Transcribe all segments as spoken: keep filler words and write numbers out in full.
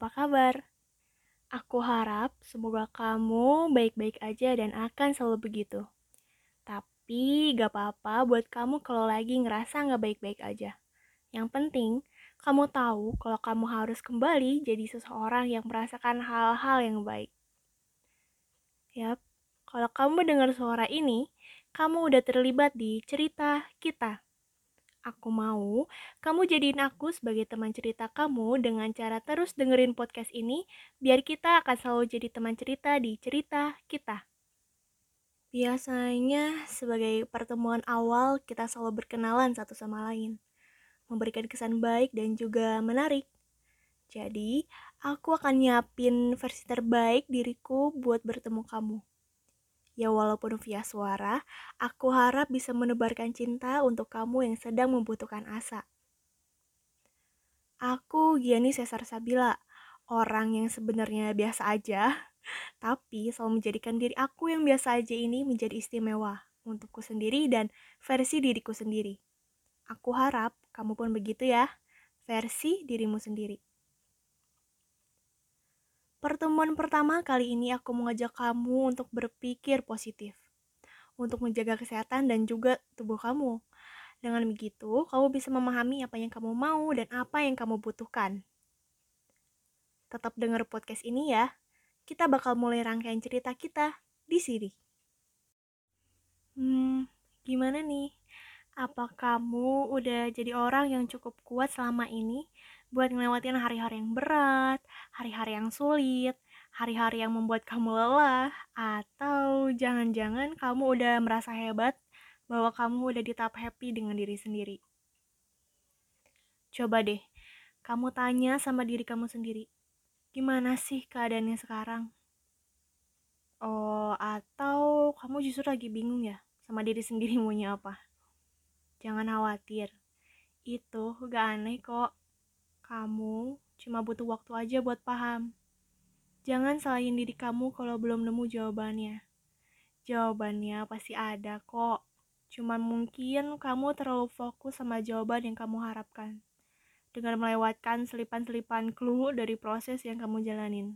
apa kabar? Aku harap semoga kamu baik-baik aja dan akan selalu begitu. Tapi gak apa-apa buat kamu kalau lagi ngerasa gak baik-baik aja. Yang penting, kamu tahu kalau kamu harus kembali jadi seseorang yang merasakan hal-hal yang baik. Yap, kalau kamu dengar suara ini, kamu udah terlibat di cerita kita. Aku mau kamu jadiin aku sebagai teman cerita kamu dengan cara terus dengerin podcast ini, biar kita akan selalu jadi teman cerita di cerita kita. Biasanya sebagai pertemuan awal kita selalu berkenalan satu sama lain, memberikan kesan baik dan juga menarik. Jadi, aku akan nyiapin versi terbaik diriku buat bertemu kamu. Ya walaupun via suara, aku harap bisa menebarkan cinta untuk kamu yang sedang membutuhkan asa. Aku Giani Cesar Sabila, orang yang sebenarnya biasa aja, tapi selalu menjadikan diri aku yang biasa aja ini menjadi istimewa untukku sendiri dan versi diriku sendiri. Aku harap kamu pun begitu ya, versi dirimu sendiri. Pertemuan pertama kali ini aku mengajak kamu untuk berpikir positif, untuk menjaga kesehatan dan juga tubuh kamu. Dengan begitu, kamu bisa memahami apa yang kamu mau dan apa yang kamu butuhkan. Tetap dengar podcast ini ya. Kita bakal mulai rangkaian cerita kita di sini. Hmm, gimana nih? Apa kamu udah jadi orang yang cukup kuat selama ini buat ngelewatin hari-hari yang berat, hari-hari yang sulit, hari-hari yang membuat kamu lelah, atau jangan-jangan kamu udah merasa hebat bahwa kamu udah di tahap happy dengan diri sendiri? Coba deh, kamu tanya sama diri kamu sendiri, gimana sih keadaannya sekarang? Oh, atau kamu justru lagi bingung ya sama diri sendiri maunya apa? Jangan khawatir, itu gak aneh kok. Kamu cuma butuh waktu aja buat paham. Jangan salahin diri kamu kalau belum nemu jawabannya. Jawabannya pasti ada kok. Cuman mungkin kamu terlalu fokus sama jawaban yang kamu harapkan, dengan melewatkan selipan-selipan clue dari proses yang kamu jalanin.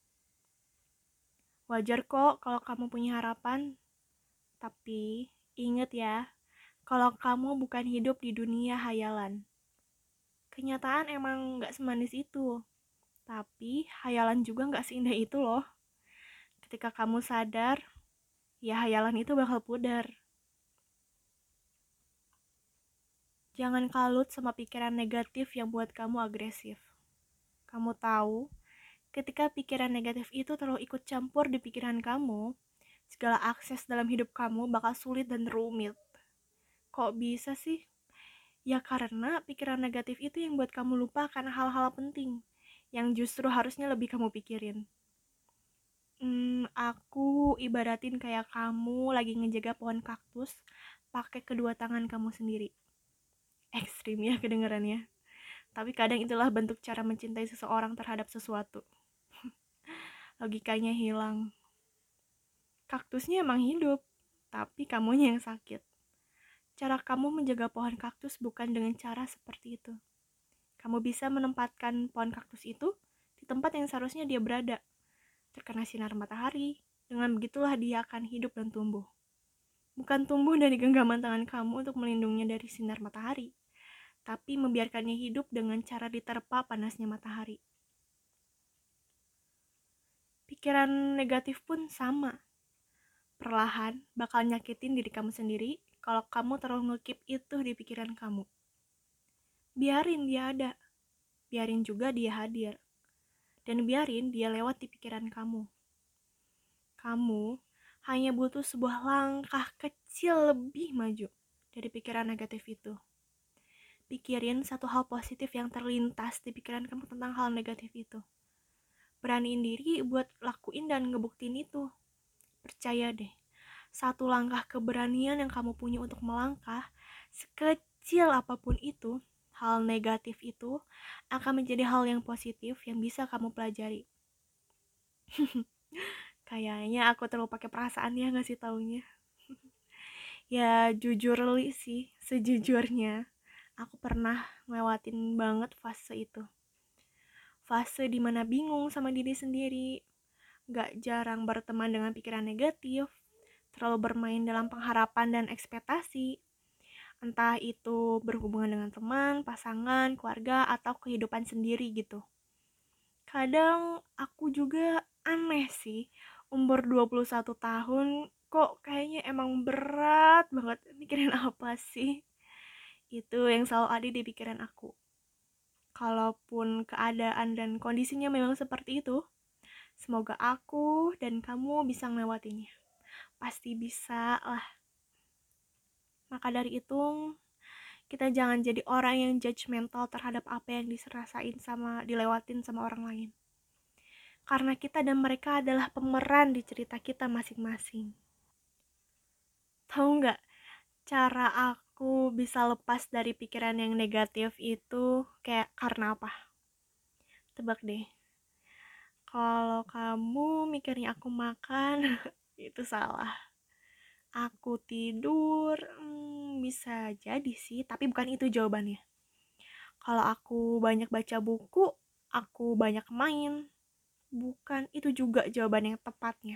Wajar kok kalau kamu punya harapan, tapi ingat ya, kalau kamu bukan hidup di dunia hayalan. Kenyataan emang gak semanis itu, tapi hayalan juga gak seindah itu loh. Ketika kamu sadar, ya hayalan itu bakal pudar. Jangan kalut sama pikiran negatif yang buat kamu agresif. Kamu tahu, ketika pikiran negatif itu terlalu ikut campur di pikiran kamu, segala akses dalam hidup kamu bakal sulit dan rumit. Kok bisa sih? Ya karena pikiran negatif itu yang buat kamu lupa akan hal-hal penting yang justru harusnya lebih kamu pikirin. Hmm, aku ibaratin kayak kamu lagi ngejaga pohon kaktus pakai kedua tangan kamu sendiri. Ekstrim ya kedengarannya. Tapi kadang itulah bentuk cara mencintai seseorang terhadap sesuatu. Logikanya hilang. Kaktusnya emang hidup, tapi kamunya yang sakit. Cara kamu menjaga pohon kaktus bukan dengan cara seperti itu. Kamu bisa menempatkan pohon kaktus itu di tempat yang seharusnya dia berada, terkena sinar matahari. Dengan begitulah dia akan hidup dan tumbuh. Bukan tumbuh dari genggaman tangan kamu untuk melindunginya dari sinar matahari, tapi membiarkannya hidup dengan cara diterpa panasnya matahari. Pikiran negatif pun sama. Perlahan bakal nyakitin diri kamu sendiri kalau kamu terlalu ngekip itu di pikiran kamu. Biarin dia ada. Biarin juga dia hadir. Dan biarin dia lewat di pikiran kamu. Kamu hanya butuh sebuah langkah kecil lebih maju dari pikiran negatif itu. Pikirin satu hal positif yang terlintas di pikiran kamu tentang hal negatif itu. Beraniin diri buat lakuin dan ngebuktiin itu. Percaya deh, satu langkah keberanian yang kamu punya untuk melangkah, sekecil apapun itu, hal negatif itu akan menjadi hal yang positif yang bisa kamu pelajari. Kayaknya aku terlalu pakai perasaan ya ngasih taunya. Ya jujur li sih, sejujurnya aku pernah ngelewatin banget fase itu. fase dimana bingung sama diri sendiri, gak jarang berteman dengan pikiran negatif, terlalu bermain dalam pengharapan dan ekspektasi, entah itu berhubungan dengan teman, pasangan, keluarga, atau kehidupan sendiri gitu. Kadang aku juga aneh sih, umur dua puluh satu tahun kok kayaknya emang berat banget mikirin apa sih. Itu yang selalu ada di pikiran aku. Kalaupun keadaan dan kondisinya memang seperti itu, semoga aku dan kamu bisa ngelewatinnya. Pasti bisa lah. Maka dari itu, kita jangan jadi orang yang judgmental terhadap apa yang diserasain sama dilewatin sama orang lain. Karena kita dan mereka adalah pemeran di cerita kita masing-masing. Tahu nggak, cara aku bisa lepas dari pikiran yang negatif itu kayak karena apa? Tebak deh. Kalau kamu mikirnya aku makan, itu salah. Aku tidur, hmm, bisa jadi sih, tapi bukan itu jawabannya. Kalau aku banyak baca buku, aku banyak main, bukan itu juga jawaban yang tepatnya.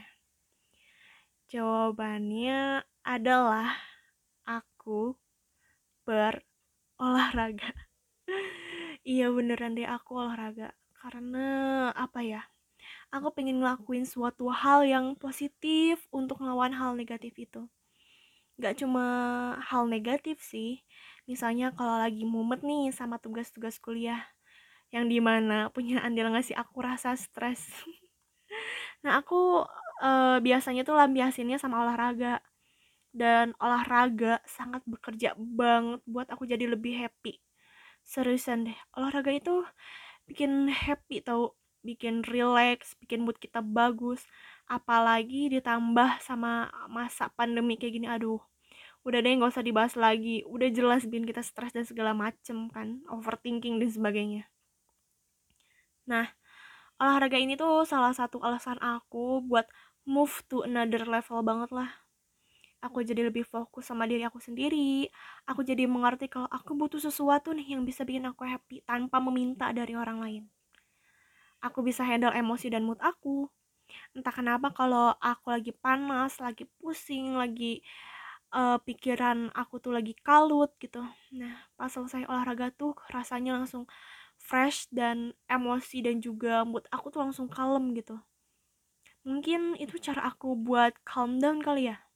Jawabannya adalah aku berolahraga. Iya beneran deh, aku olahraga. Karena apa ya? Aku pengen ngelakuin suatu hal yang positif untuk ngelawan hal negatif itu. Gak cuma hal negatif sih. Misalnya kalau lagi mumet nih sama tugas-tugas kuliah, yang dimana punya andil ngasih aku rasa stres. Nah aku uh, biasanya tuh lampiasinnya sama olahraga. Dan olahraga sangat bekerja banget buat aku jadi lebih happy. Seriusan deh, olahraga itu bikin happy tau, bikin relax, bikin mood kita bagus. Apalagi ditambah sama masa pandemi kayak gini, aduh udah deh gak usah dibahas lagi, udah jelas bikin kita stres dan segala macem kan, overthinking dan sebagainya. Nah, olahraga ini tuh salah satu alasan aku buat move to another level banget lah. Aku jadi lebih fokus sama diri aku sendiri. Aku jadi mengerti kalau aku butuh sesuatu nih yang bisa bikin aku happy tanpa meminta dari orang lain. Aku bisa handle emosi dan mood aku. Entah kenapa kalau aku lagi panas, lagi pusing, lagi uh, pikiran aku tuh lagi kalut gitu. Nah, pas selesai olahraga tuh rasanya langsung fresh dan emosi dan juga mood aku tuh langsung kalem gitu. Mungkin itu cara aku buat calm down kali ya.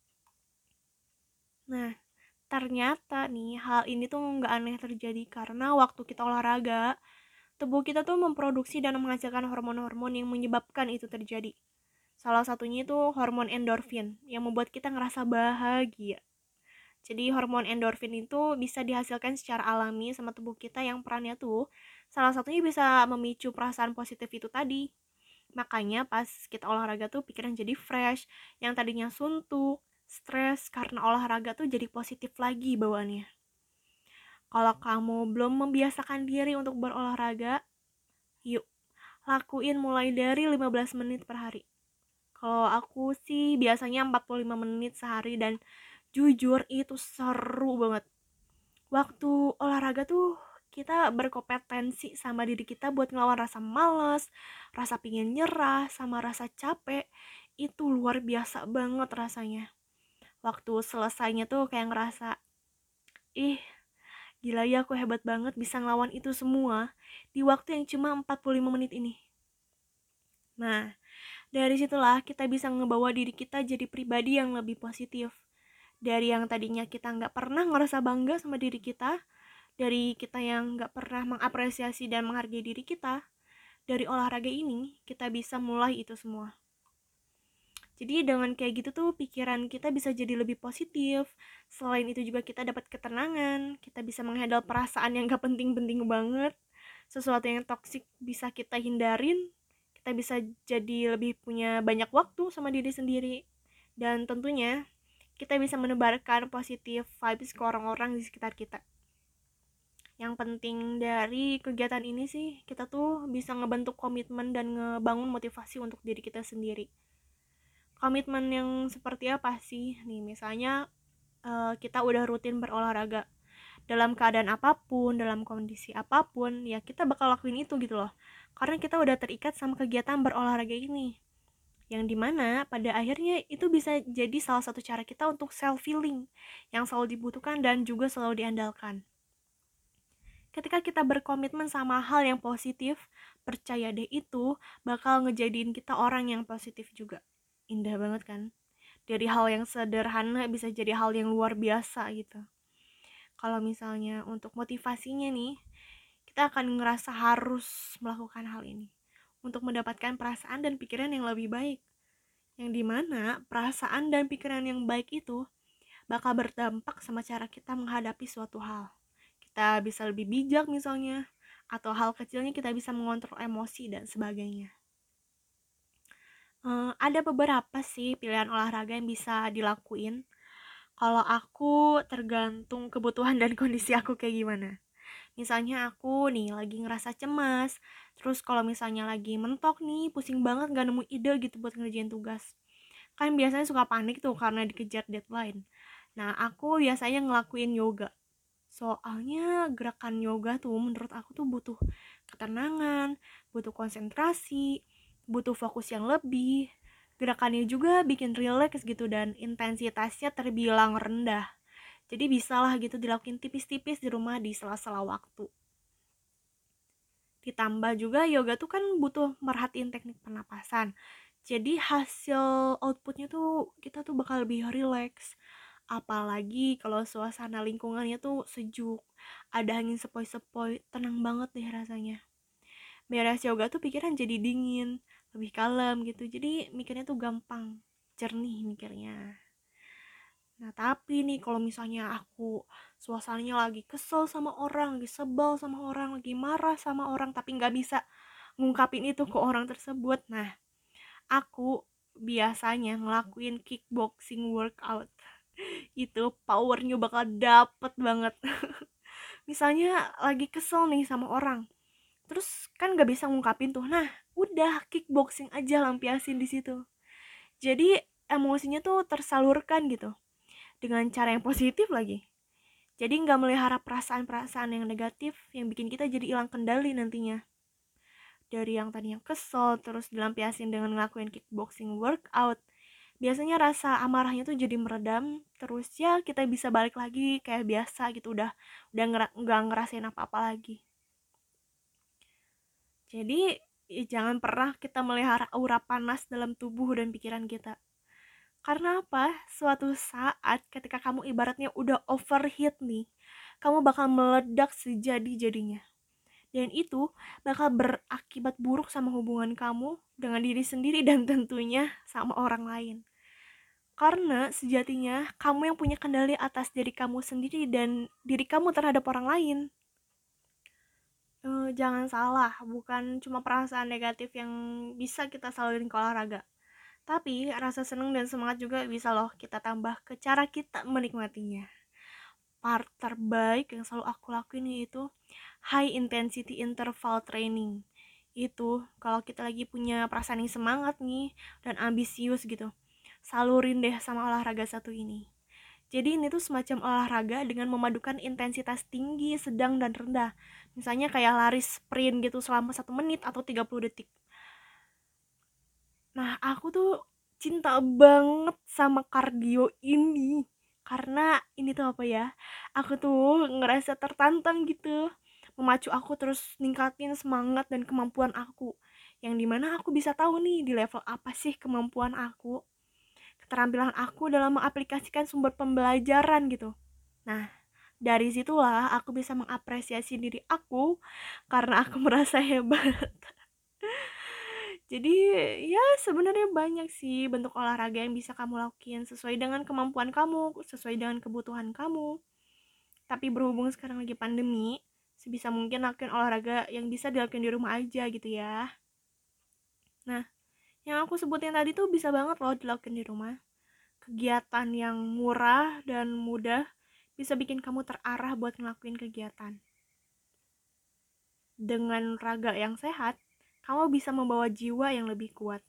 Nah, ternyata nih hal ini tuh nggak aneh terjadi karena waktu kita olahraga, tubuh kita tuh memproduksi dan menghasilkan hormon-hormon yang menyebabkan itu terjadi. Salah satunya itu hormon endorfin yang membuat kita ngerasa bahagia. Jadi hormon endorfin itu bisa dihasilkan secara alami sama tubuh kita yang perannya tuh salah satunya bisa memicu perasaan positif itu tadi. Makanya pas kita olahraga tuh pikiran jadi fresh, yang tadinya suntuk, stres karena olahraga tuh jadi positif lagi bawaannya. Kalau kamu belum membiasakan diri untuk berolahraga, yuk lakuin mulai dari lima belas menit per hari. Kalau aku sih biasanya empat puluh lima menit sehari dan jujur itu seru banget. Waktu olahraga tuh kita berkompetensi sama diri kita buat ngelawan rasa males, rasa pingin nyerah, sama rasa capek. Itu luar biasa banget rasanya. Waktu selesainya tuh kayak ngerasa, ih gila ya aku hebat banget bisa ngelawan itu semua di waktu yang cuma empat puluh lima menit ini. Nah, dari situlah kita bisa ngebawa diri kita jadi pribadi yang lebih positif. Dari yang tadinya kita gak pernah ngerasa bangga sama diri kita, dari kita yang gak pernah mengapresiasi dan menghargai diri kita, dari olahraga ini kita bisa mulai itu semua. Jadi dengan kayak gitu tuh pikiran kita bisa jadi lebih positif. Selain itu juga kita dapat ketenangan, kita bisa menghandle perasaan yang gak penting-penting banget. Sesuatu yang toksik bisa kita hindarin. Kita bisa jadi lebih punya banyak waktu sama diri sendiri. Dan tentunya kita bisa menebarkan positif vibes ke orang-orang di sekitar kita. Yang penting dari kegiatan ini sih kita tuh bisa ngebentuk komitmen dan ngebangun motivasi untuk diri kita sendiri. Komitmen yang seperti apa sih? Nih misalnya uh, kita udah rutin berolahraga dalam keadaan apapun, dalam kondisi apapun, ya kita bakal lakuin itu gitu loh. Karena kita udah terikat sama kegiatan berolahraga ini. Yang dimana pada akhirnya itu bisa jadi salah satu cara kita untuk self healing yang selalu dibutuhkan dan juga selalu diandalkan. Ketika kita berkomitmen sama hal yang positif, percaya deh itu bakal ngejadiin kita orang yang positif juga. Indah banget kan? Dari hal yang sederhana bisa jadi hal yang luar biasa gitu. Kalau misalnya untuk motivasinya nih, kita akan ngerasa harus melakukan hal ini untuk mendapatkan perasaan dan pikiran yang lebih baik. Yang dimana perasaan dan pikiran yang baik itu bakal berdampak sama cara kita menghadapi suatu hal. Kita bisa lebih bijak misalnya, atau hal kecilnya kita bisa mengontrol emosi dan sebagainya. Uh, ada beberapa sih pilihan olahraga yang bisa dilakuin. Kalau aku tergantung kebutuhan dan kondisi aku kayak gimana. Misalnya aku nih lagi ngerasa cemas, terus kalau misalnya lagi mentok nih, pusing banget gak nemu ide gitu buat ngerjain tugas. Kan biasanya suka panik tuh karena dikejar deadline. Nah, aku biasanya ngelakuin yoga. Soalnya gerakan yoga tuh menurut aku tuh butuh ketenangan, butuh konsentrasi, butuh fokus yang lebih. Gerakannya juga bikin rileks gitu dan intensitasnya terbilang rendah. Jadi bisalah gitu dilakuin tipis-tipis di rumah di sela-sela waktu. Ditambah juga yoga tuh kan butuh merhatiin teknik pernapasan. Jadi hasil outputnya tuh kita tuh bakal lebih rileks. Apalagi kalau suasana lingkungannya tuh sejuk, ada angin sepoi-sepoi, tenang banget deh rasanya. Beres yoga tuh pikiran jadi dingin, lebih kalem gitu. Jadi mikirnya tuh gampang, jernih mikirnya. Nah tapi nih kalau misalnya aku suasananya lagi kesel sama orang, lagi sebel sama orang, lagi marah sama orang, tapi gak bisa ngungkapin itu ke orang tersebut. Nah aku biasanya ngelakuin kickboxing workout. Itu powernya bakal dapet banget. Misalnya lagi kesel nih sama orang, terus kan gak bisa ngungkapin tuh, nah udah kickboxing aja lampiasin di situ. Jadi emosinya tuh tersalurkan gitu dengan cara yang positif lagi. Jadi nggak melihara perasaan-perasaan yang negatif yang bikin kita jadi hilang kendali nantinya. Dari yang tadinya kesel terus dilampiasin dengan ngelakuin kickboxing workout, biasanya rasa amarahnya tuh jadi meredam, terus ya kita bisa balik lagi kayak biasa gitu, udah udah nggak ngerasain apa-apa lagi. Jadi ya jangan pernah kita melihara aura panas dalam tubuh dan pikiran kita. Karena apa? Suatu saat ketika kamu ibaratnya udah overheat nih, kamu bakal meledak sejadi-jadinya. Dan itu bakal berakibat buruk sama hubungan kamu dengan diri sendiri dan tentunya sama orang lain. Karena sejatinya kamu yang punya kendali atas diri kamu sendiri dan diri kamu terhadap orang lain. Uh, jangan salah, bukan cuma perasaan negatif yang bisa kita salurin ke olahraga. Tapi rasa senang dan semangat juga bisa loh kita tambah ke cara kita menikmatinya. Part terbaik yang selalu aku lakuin yaitu high intensity interval training. Itu kalau kita lagi punya perasaan yang semangat nih dan ambisius gitu, salurin deh sama olahraga satu ini. Jadi ini tuh semacam olahraga dengan memadukan intensitas tinggi, sedang, dan rendah. Misalnya kayak lari sprint gitu selama satu menit atau tiga puluh detik. Nah, aku tuh cinta banget sama kardio ini. Karena ini tuh apa ya, aku tuh ngerasa tertantang gitu. Memacu aku terus ningkatin semangat dan kemampuan aku. Yang dimana aku bisa tahu nih di level apa sih kemampuan aku. Keterampilan aku dalam mengaplikasikan sumber pembelajaran gitu. Nah, dari situlah aku bisa mengapresiasi diri aku karena aku merasa hebat. Jadi ya sebenarnya banyak sih bentuk olahraga yang bisa kamu lakuin sesuai dengan kemampuan kamu, sesuai dengan kebutuhan kamu. Tapi berhubung sekarang lagi pandemi, sebisa mungkin lakuin olahraga yang bisa dilakuin di rumah aja gitu ya. Nah, yang aku sebutin tadi tuh bisa banget loh dilakuin di rumah. Kegiatan yang murah dan mudah bisa bikin kamu terarah buat ngelakuin kegiatan. Dengan raga yang sehat, kamu bisa membawa jiwa yang lebih kuat.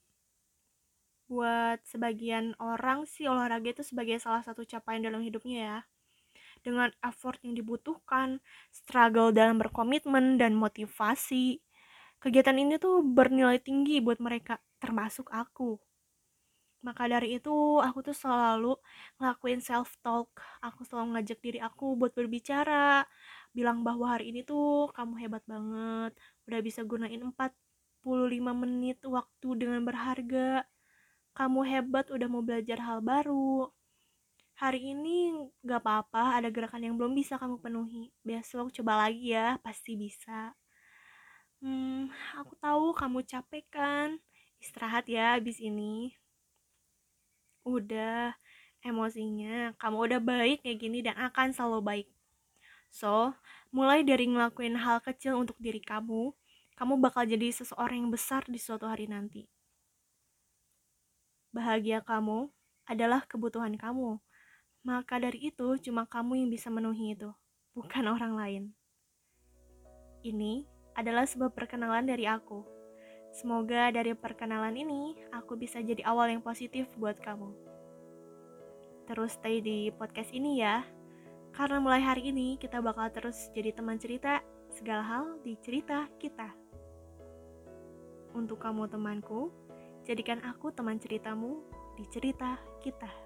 Buat sebagian orang sih olahraga itu sebagai salah satu capaian dalam hidupnya ya. dengan effort yang dibutuhkan, struggle dalam berkomitmen, dan motivasi. Kegiatan ini tuh bernilai tinggi buat mereka, termasuk aku. Maka dari itu, aku tuh selalu ngelakuin self-talk. Aku selalu ngajak diri aku buat berbicara, bilang bahwa hari ini tuh kamu hebat banget, udah bisa gunain empat puluh lima menit waktu dengan berharga. Kamu hebat udah mau belajar hal baru. Hari ini gak apa-apa ada gerakan yang belum bisa kamu penuhi. Besok coba lagi ya, pasti bisa. Hmm, aku tahu kamu capek kan? Istirahat ya abis ini. Udah, emosinya kamu udah baik kayak gini dan akan selalu baik. So, mulai dari ngelakuin hal kecil untuk diri kamu, kamu bakal jadi seseorang yang besar di suatu hari nanti. Bahagia kamu adalah kebutuhan kamu. Maka dari itu, cuma kamu yang bisa memenuhi itu, bukan orang lain. Ini adalah sebuah perkenalan dari aku. Semoga dari perkenalan ini, aku bisa jadi awal yang positif buat kamu. Terus stay di podcast ini ya, karena mulai hari ini kita bakal terus jadi teman cerita segala hal di cerita kita. Untuk kamu temanku, jadikan aku teman ceritamu di cerita kita.